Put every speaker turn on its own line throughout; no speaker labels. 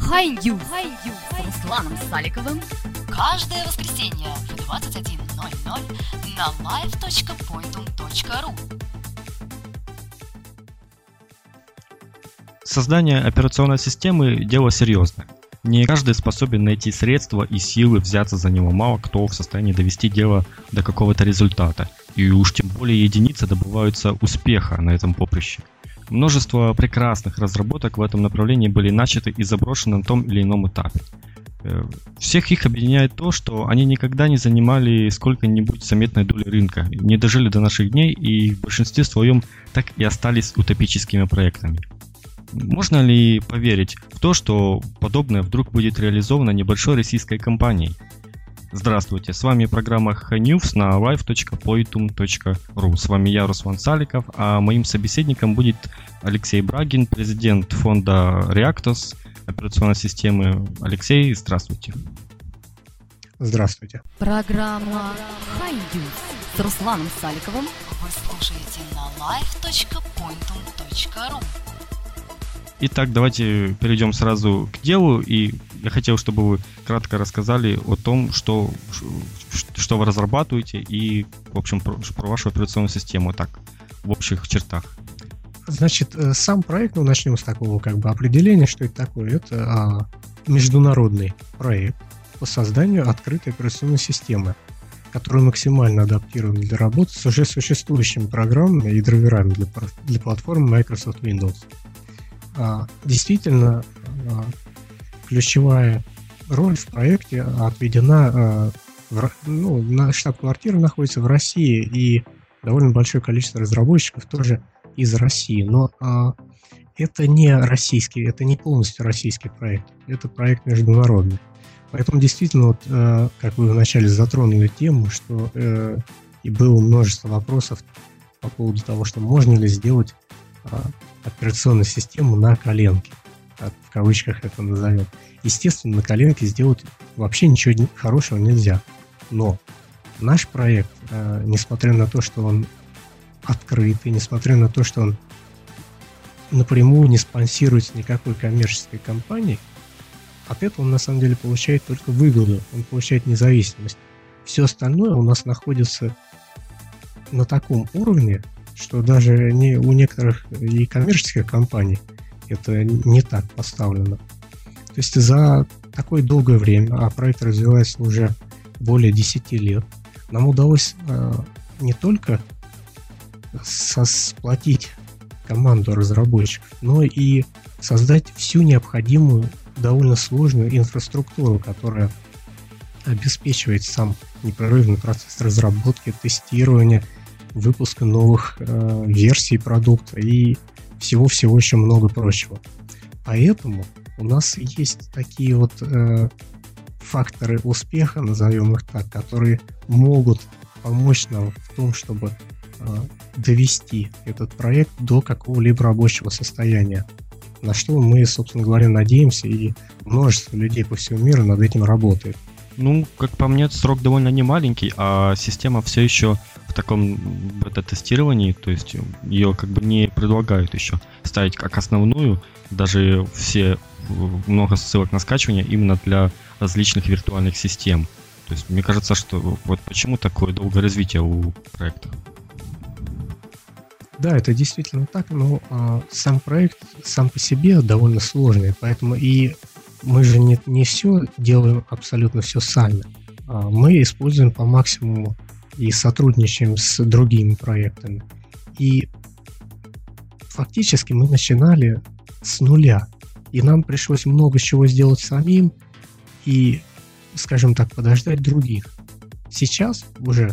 High News с Русланом Саликовым каждое воскресенье в 21:00 на live.pointum.ru.
Создание операционной системы – дело серьезное. Не каждый способен найти средства и силы взяться за него, мало кто в состоянии довести дело до какого-то результата. И уж тем более единицы добиваются успеха на этом поприще. Множество прекрасных разработок в этом направлении были начаты и заброшены на том или ином этапе. Всех их объединяет то, что они никогда не занимали сколько-нибудь заметной доли рынка, не дожили до наших дней и в большинстве своем так и остались утопическими проектами. Можно ли поверить в то, что подобное вдруг будет реализовано небольшой российской компанией? Здравствуйте, с вами программа High News на live.pointum.ru. С вами я, Руслан Саликов, а моим собеседником будет Алексей Брагин, президент фонда Reactos, операционной системы. Алексей, здравствуйте.
Здравствуйте.
Программа High News с Русланом Саликовым вы слушаете на live.pointum.ru.
Итак, давайте перейдем сразу к делу, и я хотел, чтобы вы кратко рассказали о том, что вы разрабатываете, и, в общем, про вашу операционную систему, так, в общих чертах.
Значит, сам проект, начнем с такого определения, что это такое. Это международный проект по созданию открытой операционной системы, которую максимально адаптируем для работы с уже существующими программами и драйверами для платформы Microsoft Windows. Действительно, ключевая роль в проекте отведена, штаб-квартира находится в России, и довольно большое количество разработчиков тоже из России. Но это не российский, это не полностью российский проект, это проект международный. Поэтому действительно, как вы вначале затронули тему, что и было множество вопросов по поводу того, что можно ли сделать операционную систему на коленке, в кавычках это назовем. Естественно, на коленке сделать вообще ничего хорошего нельзя. Но наш проект, несмотря на то, что он открытый, несмотря на то, что он напрямую не спонсируется никакой коммерческой компанией, от этого он на самом деле получает только выгоду, он получает независимость. Все остальное у нас находится на таком уровне, что даже у некоторых и коммерческих компаний это не так поставлено. То есть за такое долгое время, а проект развивается уже более 10 лет, нам удалось не только сплотить команду разработчиков, но и создать всю необходимую, довольно сложную инфраструктуру, которая обеспечивает сам непрерывный процесс разработки, тестирования, выпуска новых версий продукта и всего-всего еще много прочего. Поэтому у нас есть такие факторы успеха, назовем их так, которые могут помочь нам в том, чтобы довести этот проект до какого-либо рабочего состояния, на что мы, собственно говоря, надеемся, и множество людей по всему миру над этим работает.
Как по мне, срок довольно немаленький, а система все еще в таком бета-тестировании, то есть ее не предлагают еще ставить как основную, даже много ссылок на скачивание именно для различных виртуальных систем. То есть мне кажется, что почему такое долгое развитие у проекта.
Да, это действительно так, но сам проект сам по себе довольно сложный, поэтому и мы же не все делаем абсолютно все сами. Мы используем по максимуму и сотрудничаем с другими проектами. И фактически мы начинали с нуля. И нам пришлось много чего сделать самим и, скажем так, подождать других. Сейчас уже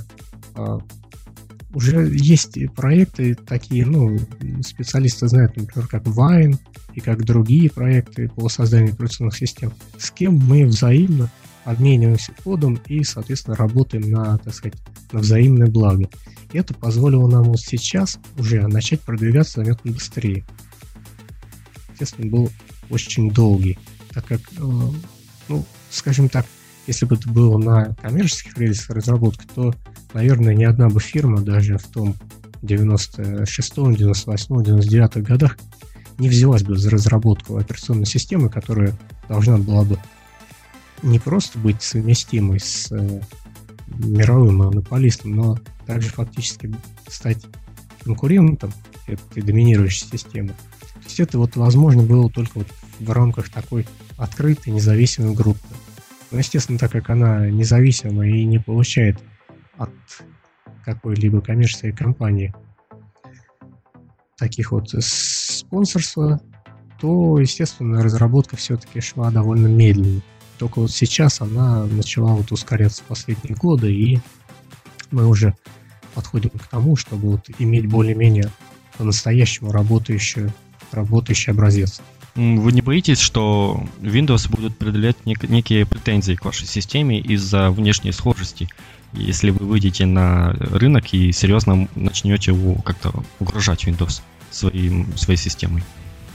есть проекты такие, специалисты знают, например, как Wine и как другие проекты по созданию операционных систем, с кем мы взаимно обмениваемся кодом и, соответственно, работаем на взаимное благо. И это позволило нам сейчас уже начать продвигаться заметно быстрее. Естественно, был очень долгий, так как, скажем так, если бы это было на коммерческих рельсах разработки, то, наверное, ни одна бы фирма даже в том 96-м, 98-м, 99-х годах не взялась бы за разработку операционной системы, которая должна была бы не просто быть совместимой с мировым монополистом, но также фактически стать конкурентом этой доминирующей системы. То есть это вот возможно было только вот в рамках такой открытой независимой группы. Но, естественно, так как она независима и не получает от какой-либо коммерческой компании таких вот спонсорства, то, естественно, разработка все-таки шла довольно медленно. Только вот сейчас она начала вот ускоряться в последние годы, и мы уже подходим к тому, чтобы вот иметь более-менее по-настоящему работающий образец.
Вы не боитесь, что Windows будет предъявлять некие претензии к вашей системе из-за внешней схожести, если вы выйдете на рынок и серьезно начнете его как-то угрожать Windows своей системой?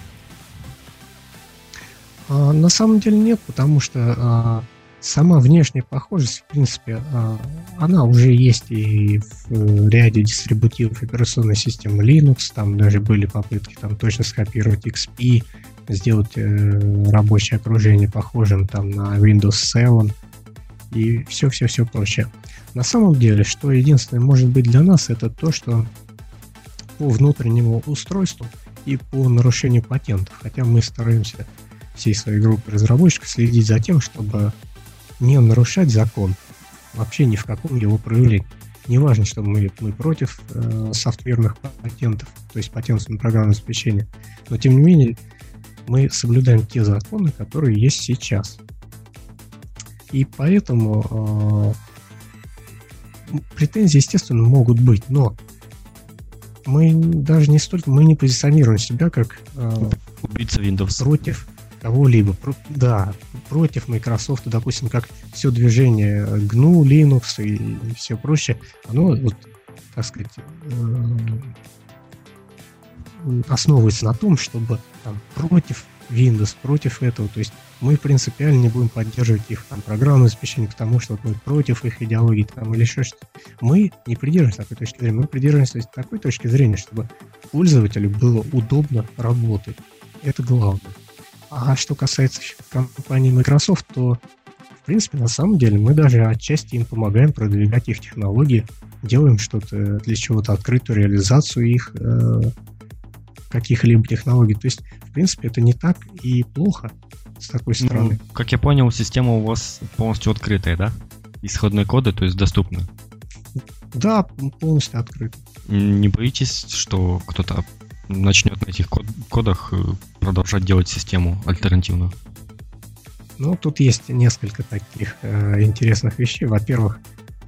На самом деле нет, потому что сама внешняя похожесть, в принципе, она уже есть и в ряде дистрибутивов операционной системы Linux. Там даже были попытки там точно скопировать XP, сделать рабочее окружение похожим там на Windows 7 и все прочее. На самом деле, что единственное может быть для нас, это то, что по внутреннему устройству и по нарушению патентов, хотя мы стараемся всей своей группы разработчиков следить за тем, чтобы не нарушать закон вообще ни в каком его проявлении. Не важно, что мы против софтверных патентов, то есть патентов на программное обеспечение, но тем не менее мы соблюдаем те законы, которые есть сейчас. И поэтому претензии, естественно, могут быть, но мы даже не столько, мы не позиционируем себя как
убийца Windows
против кого-либо, против Microsoft, допустим, как все движение GNU, Linux и все прочее, оно, вот, так сказать, основывается на том, чтобы там, против Windows, против этого, то есть мы принципиально не будем поддерживать их там, программное обеспечение, потому что мы против их идеологии там, или еще что-то. Мы не придерживаемся такой точки зрения, мы придерживаемся такой точки зрения, чтобы пользователю было удобно работать. Это главное. А что касается компании Microsoft, то, в принципе, на самом деле мы даже отчасти им помогаем продвигать их технологии, делаем что-то для чего-то, открытую реализацию их каких-либо технологий. То есть, в принципе, это не так и плохо с такой стороны.
Ну, как я понял, система у вас полностью открытая, да? Исходные коды, то есть доступны?
Да, полностью открыто.
Не боитесь, что кто-то начнет на этих кодах продолжать делать систему альтернативную?
Ну, тут есть несколько таких интересных вещей. Во-первых,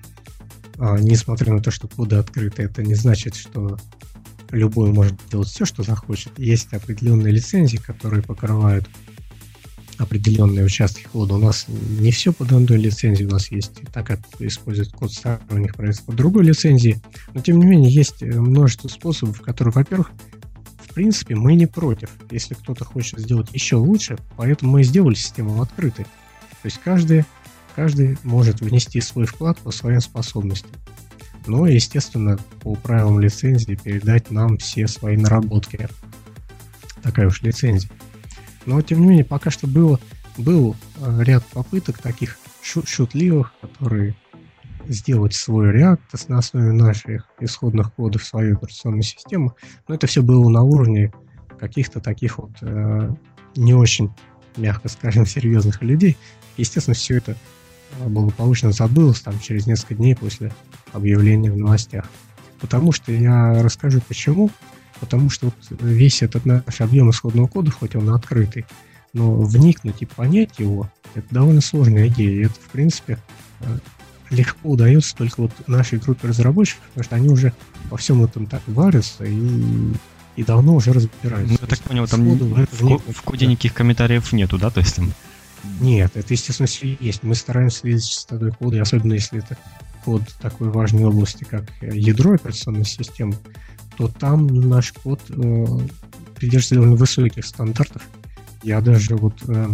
несмотря на то, что коды открыты, это не значит, что любой может делать все, что захочет. Есть определенные лицензии, которые покрывают определенные участки кода. У нас не все под одной лицензией, у нас есть, так как использует код сторонних проектов под другой лицензией, но тем не менее есть множество способов, которые, во-первых, в принципе, мы не против, если кто-то хочет сделать еще лучше, поэтому мы и сделали систему открытой. То есть каждый может внести свой вклад по своим способностям. Но, естественно, по правилам лицензии передать нам все свои наработки. Такая уж лицензия. Но, тем не менее, пока что был ряд попыток таких шутливых, которые сделать свой React на основе наших исходных кодов в свою операционную систему. Но это все было на уровне каких-то таких вот не очень, мягко скажем, серьезных людей. Естественно, все это благополучно забылось там через несколько дней после объявления в новостях. Потому что я расскажу почему. Потому что вот весь этот наш объем исходного кода, хоть он открытый, но вникнуть и понять его, это довольно сложная идея. И это, в принципе, легко удается только вот нашей группе разработчиков, потому что они уже во всем этом так варятся и давно уже разбираются.
Ну, я так понял, там в коде никаких комментариев нету, да? То есть там...
Нет, это, естественно, все есть. Мы стараемся следить за частотой кода, и особенно если это код такой важной области, как ядро операционной системы, то там наш код придерживается довольно высоких стандартов. Я даже вот,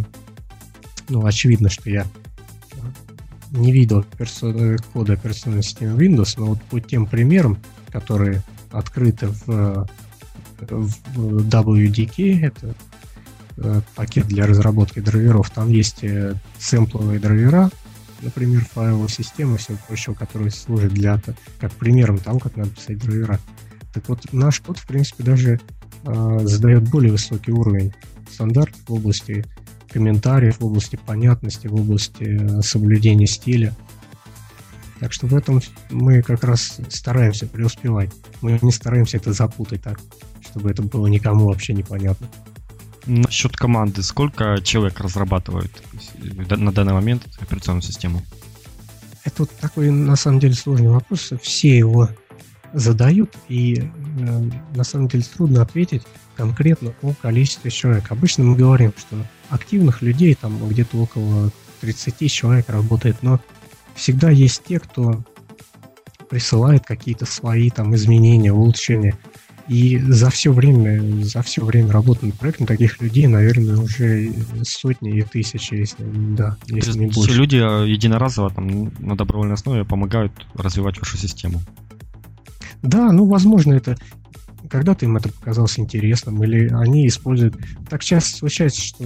очевидно, что я не видел кода операционной системы Windows, но вот по тем примерам, которые открыты в WDK, это пакет для разработки драйверов. Там есть сэмпловые драйвера, например, файловая система и все прочее, которые служат как примером того, как надо писать драйвера. Так вот, наш код, в принципе, даже задает более высокий уровень стандартов в области комментариев, в области понятности, в области соблюдения стиля. Так что в этом мы как раз стараемся преуспевать. Мы не стараемся это запутать так, чтобы это было никому вообще непонятно.
Насчет команды. Сколько человек разрабатывают на данный момент операционную систему?
Это вот такой, на самом деле, сложный вопрос. Все его задают, и на самом деле трудно ответить конкретно о количестве человек. Обычно мы говорим, что активных людей там где-то около 30 человек работает, но всегда есть те, кто присылает какие-то свои там изменения, улучшения. И за все время работы над проектом таких людей, наверное, уже сотни и тысячи, если не больше.
Люди единоразово там на добровольной основе помогают развивать вашу систему.
Да, возможно, это когда-то им это показалось интересным, или они используют... Так часто случается, что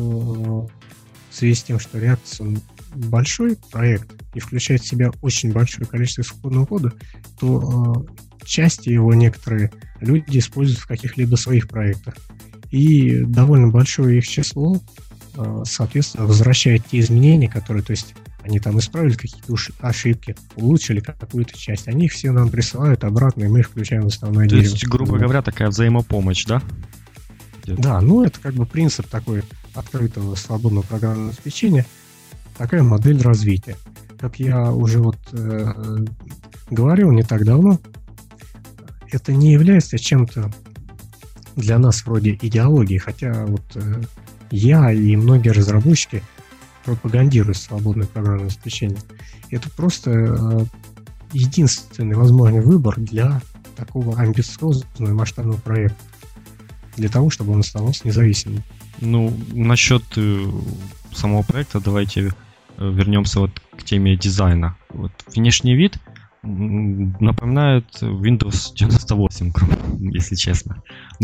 в связи с тем, что React он большой проект и включает в себя очень большое количество исходного кода, то части его некоторые люди используют в каких-либо своих проектах. И довольно большое их число, соответственно, возвращает те изменения, которые, то есть, они там исправили какие-то ошибки, улучшили какую-то часть. Они их все нам присылают обратно, и мы их включаем в основное дерево.
То есть, грубо говоря, такая взаимопомощь, да?
Да, это как бы принцип такой открытого свободного программного обеспечения, такая модель развития. Как я уже говорил не так давно, это не является чем-то для нас вроде идеологии, хотя я и многие разработчики пропагандируют свободное программное обеспечение. Это просто единственный возможный выбор для такого амбициозного и масштабного проекта, для того, чтобы он оставался независимым.
Насчет самого проекта давайте вернемся к теме дизайна. Внешний вид напоминает Windows 98, если честно.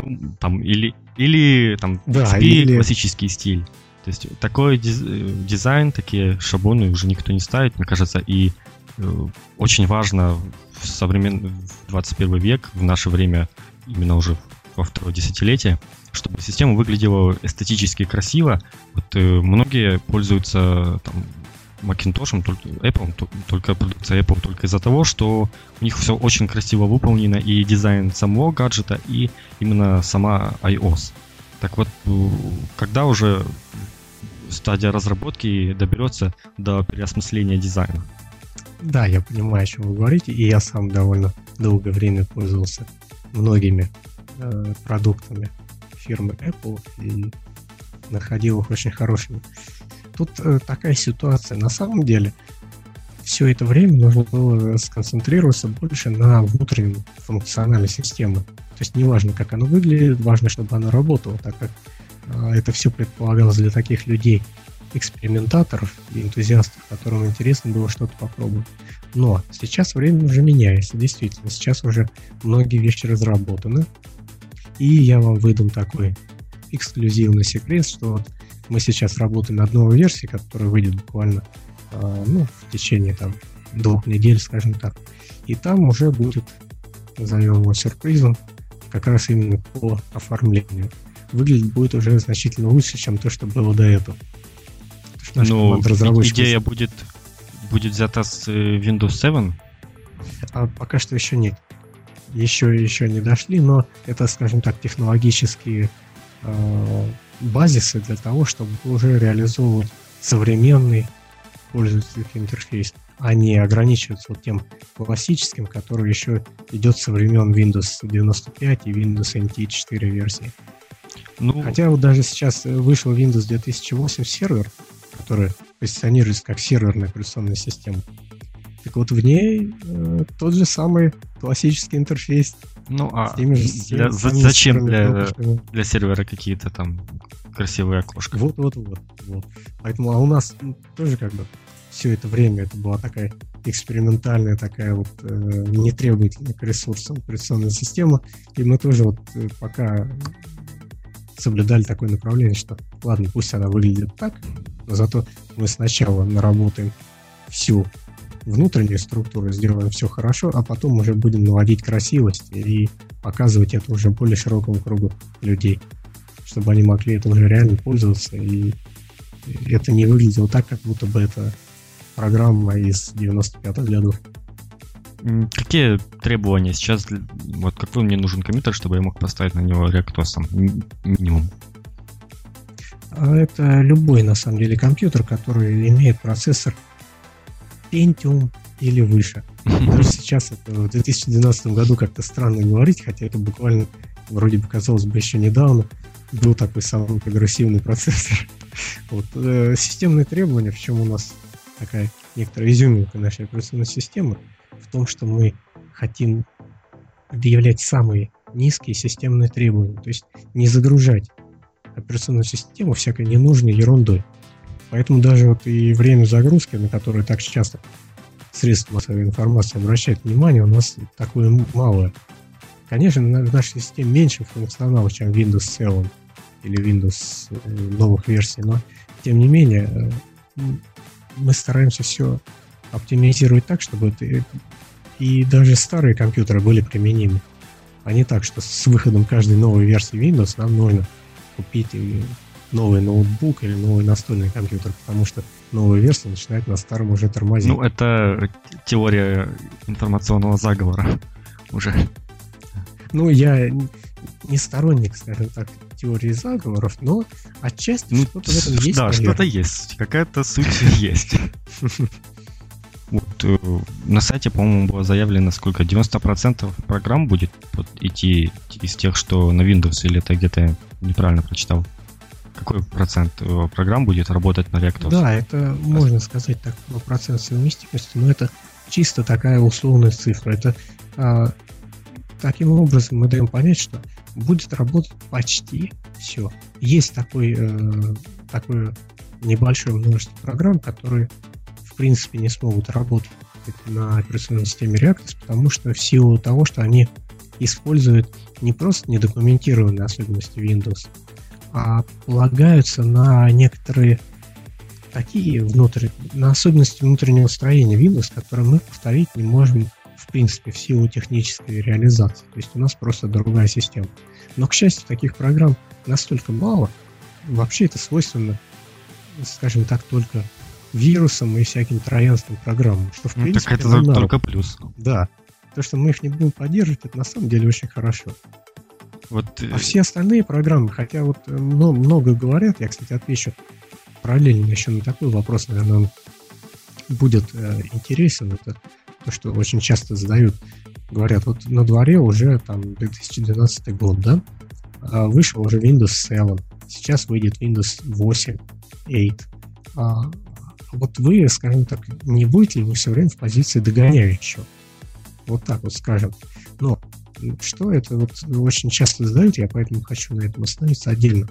Или классический стиль. То есть такой дизайн, такие шаблоны уже никто не ставит, мне кажется, и очень важно в 21 век, в наше время, именно уже во второе десятилетие, чтобы система выглядела эстетически красиво. Многие пользуются Macintosh, только продукция Apple, только из-за того, что у них все очень красиво выполнено, и дизайн самого гаджета, и именно сама iOS. Так вот, когда уже стадия разработки доберется до переосмысления дизайна?
Да, я понимаю, о чем вы говорите, и я сам довольно долгое время пользовался многими продуктами фирмы Apple и находил их очень хорошими. Тут такая ситуация. На самом деле, все это время нужно было сконцентрироваться больше на внутреннем функционале системы. То есть неважно, как оно выглядит, важно, чтобы оно работало, так как это все предполагалось для таких людей, экспериментаторов и энтузиастов, которым интересно было что-то попробовать. Но сейчас время уже меняется, действительно. Сейчас уже многие вещи разработаны. И я вам выдам такой эксклюзивный секрет, что мы сейчас работаем над новой версией, которая выйдет буквально в течение 2 недель, скажем так. И там уже будет, назовем его сюрпризом, как раз именно по оформлению. Выглядеть будет уже значительно лучше, чем то, что было до этого.
Идея будет взята с Windows 7?
Пока что еще нет. Еще не дошли, но это, скажем так, технологические базисы для того, чтобы уже реализовывать современный пользовательский интерфейс, а не ограничиваться тем классическим, который еще идет со времен Windows 95 и Windows NT 4 версии. Хотя даже сейчас вышел Windows 2008 сервер, который позиционируется как серверная операционная система. Так вот, в ней тот же самый классический интерфейс.
Зачем для сервера какие-то там красивые окошки?
Вот. Поэтому, у нас тоже все это время это была такая экспериментальная, такая нетребовательная к ресурсам операционная система. И мы тоже пока соблюдали такое направление, что ладно, пусть она выглядит так, но зато мы сначала наработаем всю внутреннюю структуру, сделаем все хорошо, а потом уже будем наводить красивость и показывать это уже более широкому кругу людей, чтобы они могли это уже реально пользоваться, и это не выглядело так, как будто бы это программа из 95-х годов.
Какие требования сейчас? Вот какой мне нужен компьютер, чтобы я мог поставить на него ReactOS минимум?
Это любой, на самом деле, компьютер, который имеет процессор Pentium или выше. Даже сейчас, в 2012 году, как-то странно говорить, хотя это буквально, вроде бы, казалось бы, еще недавно был такой самый прогрессивный процессор. Вот. Системные требования, в чем у нас такая некоторая изюминка нашей операционной системы, в том, что мы хотим предъявлять самые низкие системные требования, то есть не загружать операционную систему всякой ненужной ерундой. Поэтому даже вот и время загрузки, на которое так часто средства массовой информации обращают внимание, у нас такое малое. Конечно, в нашей системе меньше функционала, чем Windows 7 или Windows новых версий, но тем не менее мы стараемся все оптимизировать так, чтобы это и даже старые компьютеры были применимы. А не так, что с выходом каждой новой версии Windows нам нужно купить новый ноутбук или новый настольный компьютер, потому что новая версия начинает на старом уже тормозить.
Ну, это теория информационного заговора уже.
Ну, я не сторонник, скажем так, теории заговоров, но отчасти что-то в этом есть.
Да,
наверное.
что-то есть. Какая-то суть есть. Вот на сайте, по-моему, было заявлено, сколько 90% программ будет идти из тех, что на Windows, или это где-то я неправильно прочитал. Какой процент программ будет работать на ReactOS?
Да, это можно сказать так, процент совместимости, но это чисто такая условная цифра. Это таким образом мы даем понять, что будет работать почти все. Есть такое небольшое множество программ, которые в принципе не смогут работать на операционной системе ReactOS, потому что в силу того, что они используют не просто недокументированные особенности Windows, а полагаются на некоторые такие на особенности внутреннего строения Windows, которые мы повторить не можем в принципе в силу технической реализации. То есть у нас просто другая система. Но, к счастью, таких программ настолько мало, вообще это свойственно, скажем так, только вирусам и всяким троянским программам, что в принципе...
Так это только плюс.
Да. То, что мы их не будем поддерживать, это на самом деле очень хорошо.
Вот...
А все остальные программы, хотя вот много говорят, я, кстати, отвечу параллельно еще на такой вопрос, наверное, он будет интересен, это то, что очень часто задают, говорят, вот на дворе уже там 2012 год, да, вышел уже Windows 7, сейчас выйдет Windows 8, 8. Вот вы, скажем так, не будете ли вы все время в позиции догоняющего? Вот так вот скажем. Но что это вот очень часто задают, я поэтому хочу на этом остановиться отдельно.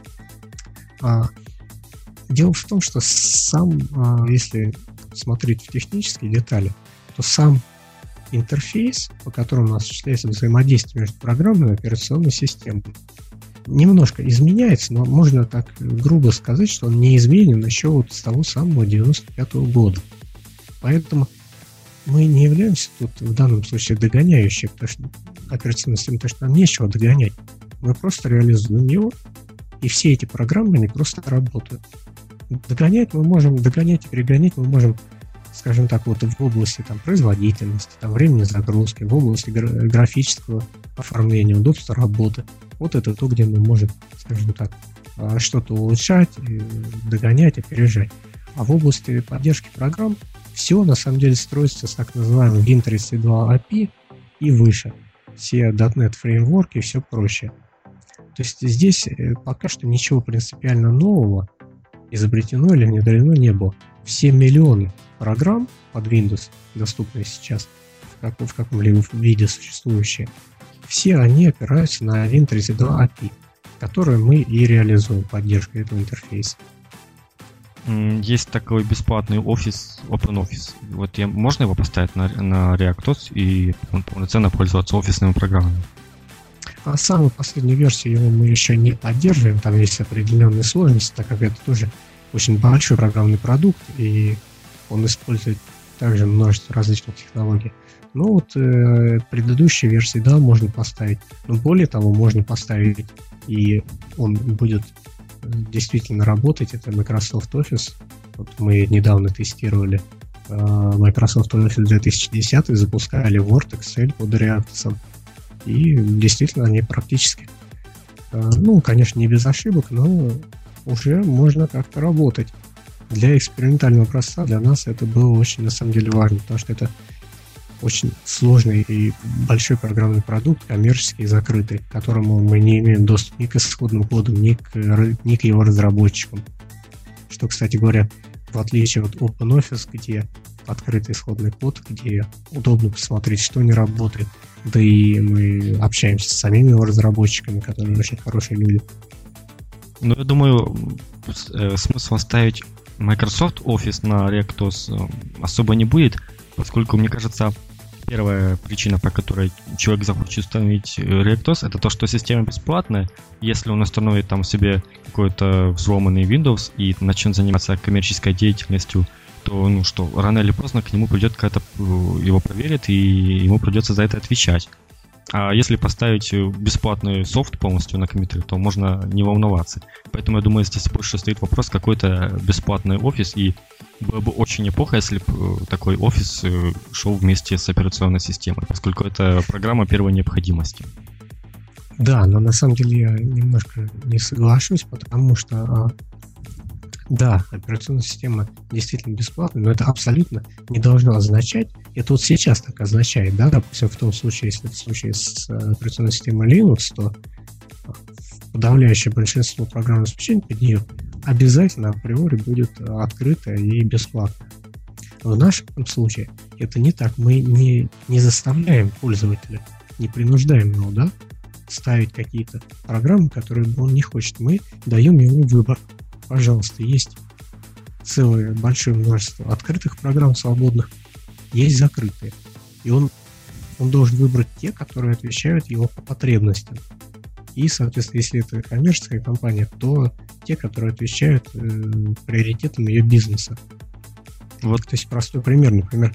Дело в том, что если смотреть в технические детали, то сам интерфейс, по которому осуществляется взаимодействие между программой и операционной системой, немножко изменяется, но можно так грубо сказать, что он не изменен еще вот с того самого 95-го года. Поэтому мы не являемся тут в данном случае догоняющими, потому что операционная система, потому что нам нечего догонять. Мы просто реализуем его, и все эти программы, они просто работают. Догонять и перегонять мы можем, скажем так, вот в области там, производительности, там, времени загрузки, в области графического оформления, удобства работы. Вот это то, где мы можем, скажем так, что-то улучшать, догонять, опережать. А в области поддержки программ все на самом деле строится с так называемым Win32 API и выше. Все .NET фреймворки и все проще. То есть здесь пока что ничего принципиально нового изобретено или внедрено не было. Все миллионы программ под Windows, доступные сейчас в каком-либо виде существующие, все они опираются на Win32 API, которые мы и реализуем поддержкой этого интерфейса.
Есть такой бесплатный офис, OpenOffice. Вот можно его поставить на ReactOS и полноценно пользоваться офисными программами?
А самую последнюю версию его мы еще не поддерживаем, там есть определенные сложности, так как это тоже очень большой программный продукт, и он использует также множество различных технологий. Но вот предыдущие версии, да, можно поставить. Но более того, можно поставить, и он будет действительно работать, это Microsoft Office. Вот мы недавно тестировали Microsoft Office 2010, запускали Word, Excel под React. И действительно они практически, ну, конечно, не без ошибок, но уже можно как-то работать. Для экспериментального образца для нас это было очень, на самом деле, важно, потому что это очень сложный и большой программный продукт, коммерческий и закрытый, к которому мы не имеем доступа ни к исходным кодам, ни к его разработчикам. Что, кстати говоря, в отличие от OpenOffice, где открытый исходный код, где удобно посмотреть, что не работает, да и мы общаемся с самими его разработчиками, которые очень хорошие люди.
Ну, я думаю, смысла ставить Microsoft Office на ReactOS особо не будет, поскольку, мне кажется, первая причина, по которой человек захочет установить ReactOS, это то, что система бесплатная. Если он установит там себе какой-то взломанный Windows и начнет заниматься коммерческой деятельностью, то, ну что, рано или поздно к нему придет какая-то, его проверят, и ему придется за это отвечать. А если поставить бесплатный софт полностью на компьютере, то можно не волноваться. Поэтому я думаю, здесь больше стоит вопрос какой-то бесплатный офис, и было бы очень неплохо, если бы такой офис шел вместе с операционной системой, поскольку это программа первой необходимости.
Да, но на самом деле я немножко не соглашусь, потому что да, операционная система действительно бесплатная, но это абсолютно не должно означать, это вот сейчас так означает, да, допустим, в том случае, если в случае с операционной системой Linux, то подавляющее большинство программного обеспечения под нее обязательно априори будет открытое и бесплатное. В нашем случае это не так, мы не заставляем пользователя, не принуждаем его, да, ставить какие-то программы, которые он не хочет, мы даем ему выбор. Пожалуйста, есть целое большое множество открытых программ свободных, есть закрытые. И он должен выбрать те, которые отвечают его потребностям. И, соответственно, если это коммерческая компания, то те, которые отвечают приоритетам ее бизнеса. Вот, то есть простой пример. Например,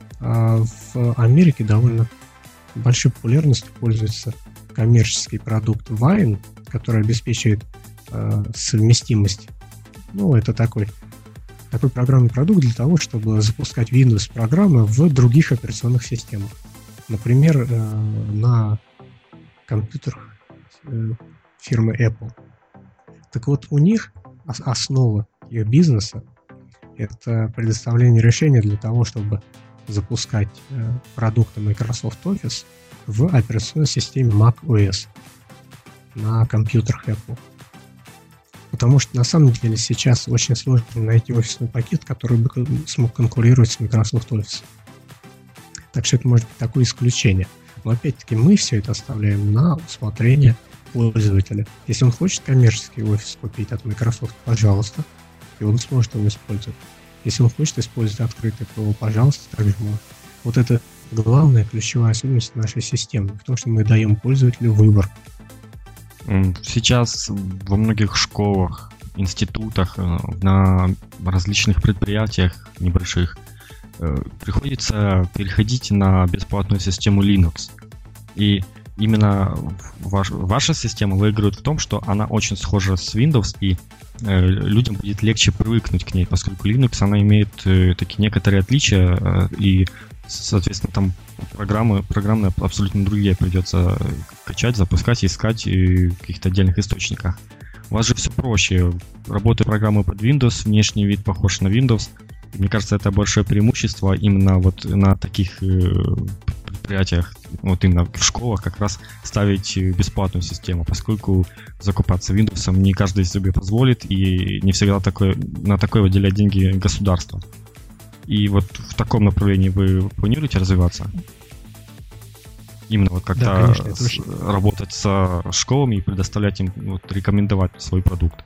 в Америке довольно большой популярностью пользуется коммерческий продукт Wine, который обеспечивает совместимость. Ну, это такой программный продукт для того, чтобы запускать Windows-программы в других операционных системах. Например, на компьютерах фирмы Apple. Так вот, у них основа их бизнеса – это предоставление решения для того, чтобы запускать продукты Microsoft Office в операционной системе macOS на компьютерах Apple. Потому что на самом деле сейчас очень сложно найти офисный пакет, который бы смог конкурировать с Microsoft Office. Так что это может быть такое исключение. Но опять-таки мы все это оставляем на усмотрение пользователя. Если он хочет коммерческий офис купить от Microsoft, пожалуйста, и он сможет его использовать. Если он хочет использовать открытый, то, пожалуйста, также может. Вот это главная ключевая особенность нашей системы, потому что мы даем пользователю выбор.
Сейчас во многих школах, институтах, на различных предприятиях небольших приходится переходить на бесплатную систему Linux. И именно ваша система выигрывает в том, что она очень схожа с Windows, и людям будет легче привыкнуть к ней, поскольку Linux, она имеет такие некоторые отличия, и, соответственно, там программные абсолютно другие придется качать, запускать, искать в каких-то отдельных источниках. У вас же все проще. Работают программы под Windows, внешний вид похож на Windows. Мне кажется, это большое преимущество именно вот на таких предприятиях, вот именно в школах как раз ставить бесплатную систему, поскольку закупаться Windows не каждый себе позволит, и не всегда на такое выделять деньги государство. И вот в таком направлении вы планируете развиваться? Именно вот как-то работать со школами и предоставлять им, вот, рекомендовать свой продукт.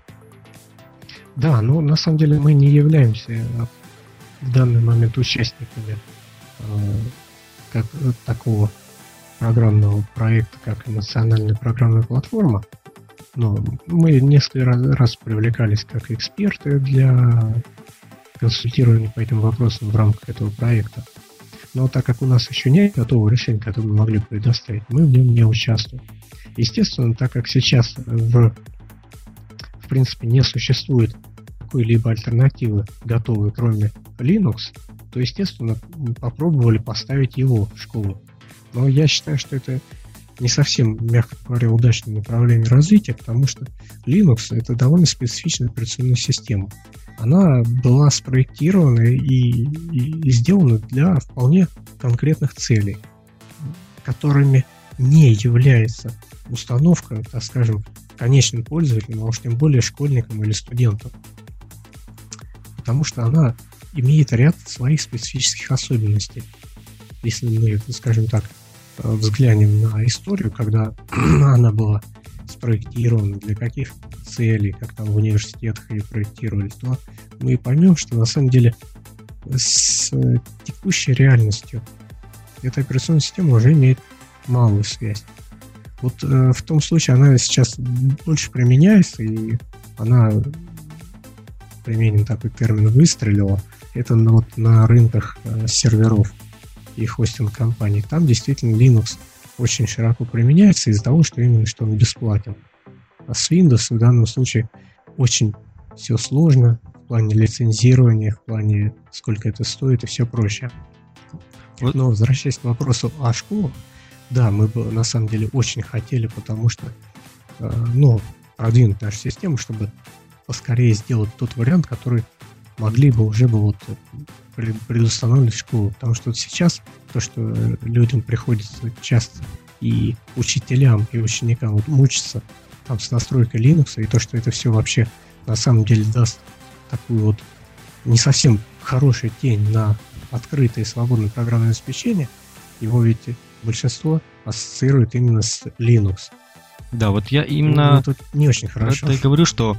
Да, но на самом деле мы не являемся в данный момент участниками как такого программного проекта как национальная программная платформа. Но мы несколько раз привлекались как эксперты для консультирования по этим вопросам в рамках этого проекта. Но так как у нас еще нет готового решения, которое мы могли предоставить, мы в нем не участвуем. Естественно, так как сейчас в принципе не существует какой-либо альтернативы готовой, кроме Linux, то, естественно, попробовали поставить его в школу. Но я считаю, что это не совсем, мягко говоря, удачное направление развития, потому что Linux — это довольно специфичная операционная система. Она была спроектирована и сделана для вполне конкретных целей, которыми не является установка, так скажем, конечным пользователям, а уж тем более школьникам или студентам. Потому что она имеет ряд своих специфических особенностей. Если мы, скажем так, взглянем на историю, когда она была спроектирована, для каких целей, как там в университетах ее проектировали, то мы поймем, что на самом деле с текущей реальностью эта операционная система уже имеет малую связь. Вот в том случае она сейчас больше применяется, и она, применим такой термин, выстрелила. Это на рынках серверов и хостинг-компаний. Там действительно Linux очень широко применяется из-за того, что именно что он бесплатен. А с Windows в данном случае очень все сложно в плане лицензирования, в плане сколько это стоит и все прочее. Но возвращаясь к вопросу о школах, да, мы бы на самом деле очень хотели, потому что продвинуть нашу систему, чтобы поскорее сделать тот вариант, который могли бы уже бы предустановить в школу. Потому что вот сейчас то, что людям приходится часто и учителям, и ученикам мучиться там с настройкой Linux, и то, что это все вообще на самом деле даст такую вот не совсем хорошую тень на открытое и свободное программное обеспечение, его ведь большинство ассоциирует именно с Linux.
Да, вот я именно
тут не очень хорошо.
Это и говорю, что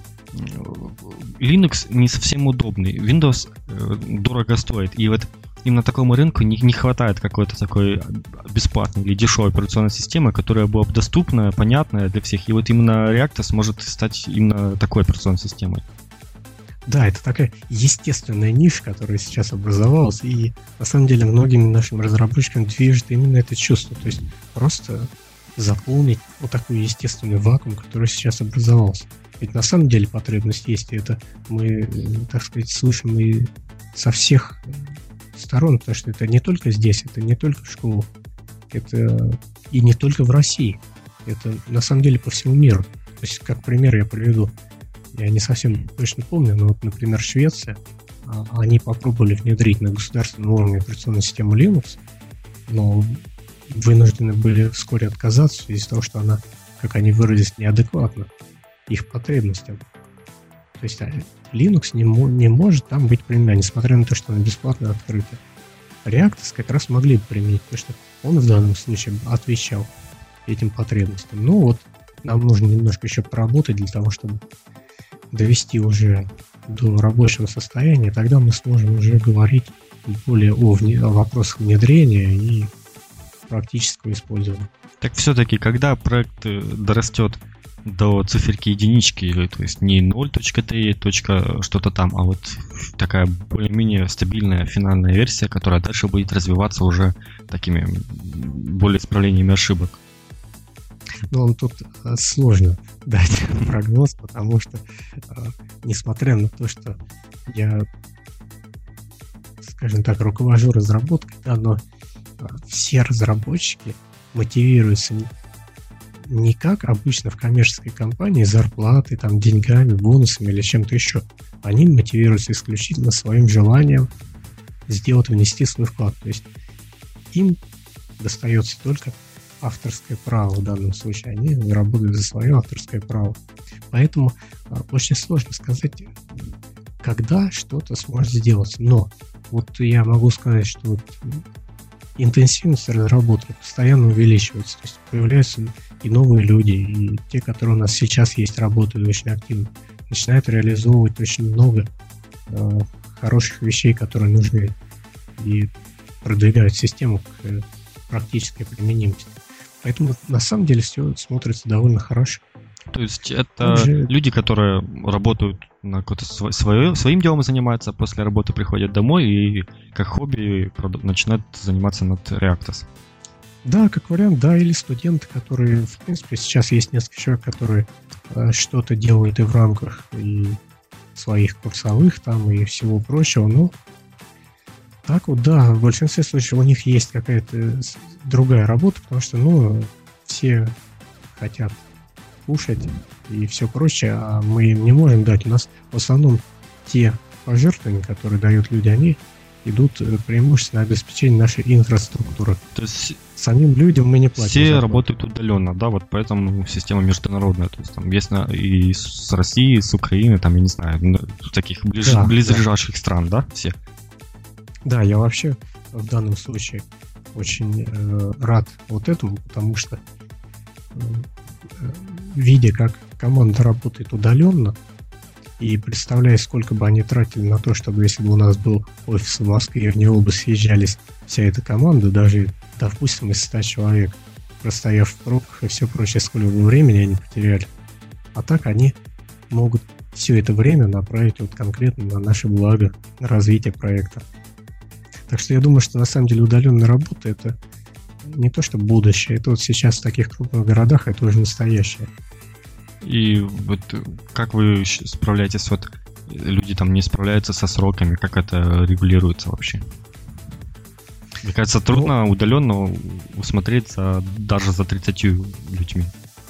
Linux не совсем удобный. Windows дорого стоит. И вот именно такому рынку не хватает какой-то такой бесплатной или дешевой операционной системы, которая была бы доступна, понятная для всех. И вот именно Reactos сможет стать именно такой операционной системой.
Да, это такая естественная ниша, которая сейчас образовалась, и на самом деле многими нашими разработчиками движет именно это чувство. То есть просто заполнить вот такой естественный вакуум, который сейчас образовался. Ведь на самом деле потребность есть, и это мы, так сказать, слышим и со всех сторон, потому что это не только здесь, это не только в школах, это и не только в России, это на самом деле по всему миру. То есть, как пример я приведу, я не совсем точно помню, но вот, например, Швеция, они попробовали внедрить на государственном уровне операционную систему Linux, но вынуждены были вскоре отказаться в связи с того, что она, как они выразились, неадекватна их потребностям. То есть Linux не может там быть применена, несмотря на то, что она бесплатно открыта. Reactos как раз могли бы применить, потому что он в данном случае отвечал этим потребностям. Ну вот, нам нужно немножко еще поработать для того, чтобы довести уже до рабочего состояния, тогда мы сможем уже говорить более о вопросах внедрения и практического использования.
Так все-таки, когда проект дорастет до циферки единички, то есть не 0.3, что-то там, а вот такая более-менее стабильная финальная версия, которая дальше будет развиваться уже такими более исправлениями ошибок.
Но тут сложно дать прогноз, потому что, несмотря на то, что я, скажем так, руковожу разработкой, да, но все разработчики мотивируются не как обычно в коммерческой компании зарплатой, там, деньгами, бонусами или чем-то еще. Они мотивируются исключительно своим желанием сделать, внести свой вклад. То есть им достается только авторское право в данном случае. Они работают за свое авторское право. Поэтому очень сложно сказать, когда что-то сможет сделаться. Но вот я могу сказать, что вот интенсивность разработки постоянно увеличивается. То есть появляются и новые люди, и те, которые у нас сейчас есть, работают очень активно, начинают реализовывать очень много хороших вещей, которые нужны, и продвигают систему к практической применимости. Поэтому на самом деле все смотрится довольно хорошо.
То есть это люди, которые работают на какое-то своим делом занимаются, после работы приходят домой и как хобби начинают заниматься над Reactors.
Да, как вариант, да, или студенты, которые, в принципе, сейчас есть несколько человек, которые что-то делают и в рамках и своих курсовых там и всего прочего, но так вот, да, в большинстве случаев у них есть какая-то другая работа, потому что, все хотят кушать и все прочее, а мы им не можем дать. У нас в основном те пожертвования, которые дают люди, они идут преимущественно на обеспечение нашей инфраструктуры.
То есть
самим людям мы не платим.
Все работают удаленно, да, вот поэтому система международная. То есть там есть и с России, и с Украины, там, я не знаю, таких близлежащих стран, да, все? Да, я вообще в данном случае очень рад вот этому, потому что видя, как команда работает удаленно, и представляя, сколько бы они тратили на то, чтобы, если бы у нас был офис в Москве, и в него бы съезжались вся эта команда, даже, допустим, из 100 человек, простояв в пробках и все прочее, сколько бы времени они потеряли. А так они могут все это время направить вот конкретно на наше благо, на развитие проекта. Так что я думаю, что на самом деле удаленная работа — это не то что будущее, это вот сейчас в таких крупных городах это уже настоящее. И вот как вы справляетесь, вот люди там не справляются со сроками, как это регулируется вообще? Мне кажется, трудно удаленно усмотреть даже за 30 людьми.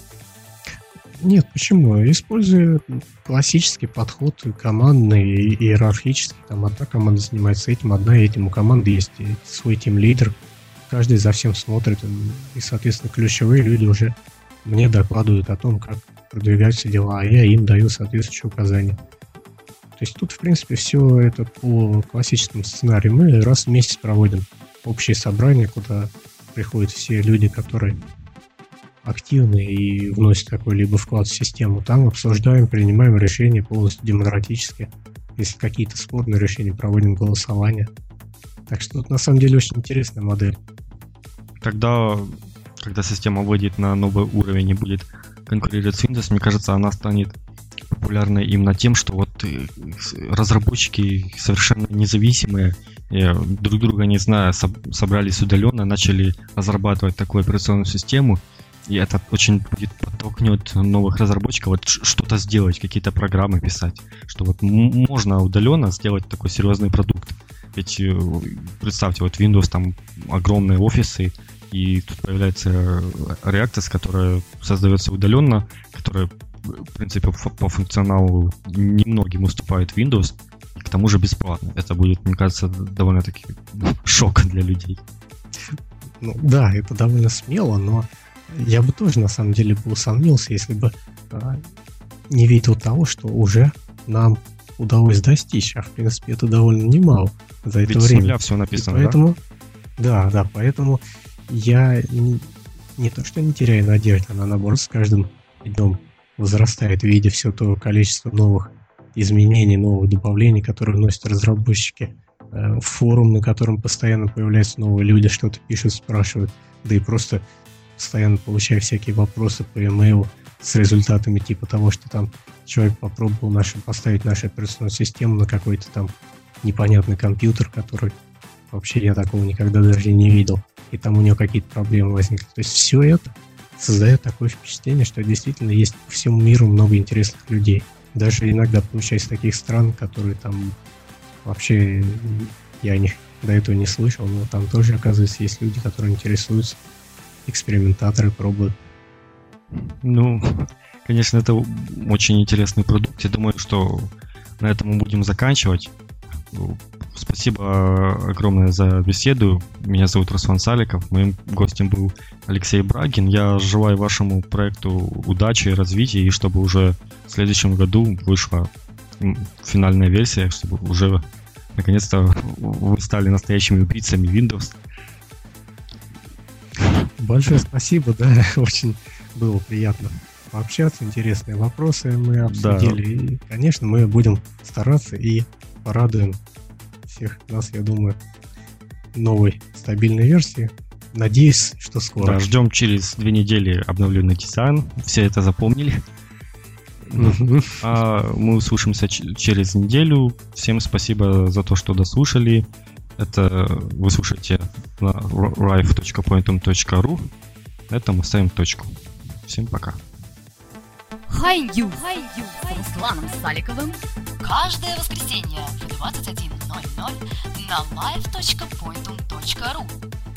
Нет, почему? Используя классический подход командный, иерархический, там одна команда занимается этим, у команды есть свой тим-лидер, каждый за всем смотрит, и, соответственно, ключевые люди уже мне докладывают о том, как продвигаются дела, а я им даю соответствующие указания. То есть тут, в принципе, все это по классическому сценарию. Мы раз в месяц проводим общее собрание, куда приходят все люди, которые активны и вносят какой-либо вклад в систему. Там обсуждаем, принимаем решения полностью демократически. Если какие-то спорные решения, проводим голосование. Так что тут на самом деле очень интересная модель. Тогда, когда система выйдет на новый уровень и будет конкурировать с Windows, мне кажется, она станет популярной именно тем, что вот разработчики совершенно независимые, друг друга не зная, собрались удаленно, начали разрабатывать такую операционную систему, и это очень подтолкнет новых разработчиков вот что-то сделать, какие-то программы писать, что вот можно удаленно сделать такой серьезный продукт. Ведь представьте, вот Windows, там огромные офисы, и тут появляется Reactors, которая создается удаленно, которая, в принципе, по функционалу немногим уступает Windows, и к тому же бесплатно. Это будет, мне кажется, довольно-таки шок для людей. Ну да, это довольно смело, но я бы тоже, на самом деле, бы усомнился, если бы не видел того, что уже нам удалось достичь, а в принципе это довольно немало за это время. Ведь с нуля все написано, и поэтому, да, поэтому я не то что не теряю надежды, она наоборот с каждым днем возрастает, видя все то количество новых изменений, новых добавлений, которые вносят разработчики, форум, на котором постоянно появляются новые люди, что-то пишут, спрашивают, да и просто постоянно получаю всякие вопросы по e-mail с результатами типа того, что там человек попробовал поставить нашу операционную систему на какой-то там непонятный компьютер, который вообще я такого никогда даже не видел, и там у него какие-то проблемы возникли. То есть все это создает такое впечатление, что действительно есть по всему миру много интересных людей. Даже иногда получается таких стран, которые там вообще я о них до этого не слышал, но там тоже, оказывается, есть люди, которые интересуются, экспериментаторы пробуют. Ну, конечно, это очень интересный продукт. Я думаю, что на этом мы будем заканчивать. Спасибо огромное за беседу. Меня зовут Руслан Саликов. Моим гостем был Алексей Брагин. Я желаю вашему проекту удачи, развития, и чтобы уже в следующем году вышла финальная версия, чтобы уже наконец-то вы стали настоящими убийцами Windows. Большое спасибо, да, очень было приятно пообщаться, интересные вопросы мы обсудили, да. И, конечно, мы будем стараться и порадуем всех нас, я думаю, новой стабильной версии
Надеюсь, что скоро.
Да, ждем через 2 недели обновленный дизайн. Все это запомнили. А мы услышимся через неделю. Всем спасибо за то, что дослушали. Это вы слушаете на rife.pointum.ru. На этом мы ставим точку. Всем пока.
Хай Ньюс с Русланом Саликовым каждое воскресенье в 21:00 на live.pointum.ru.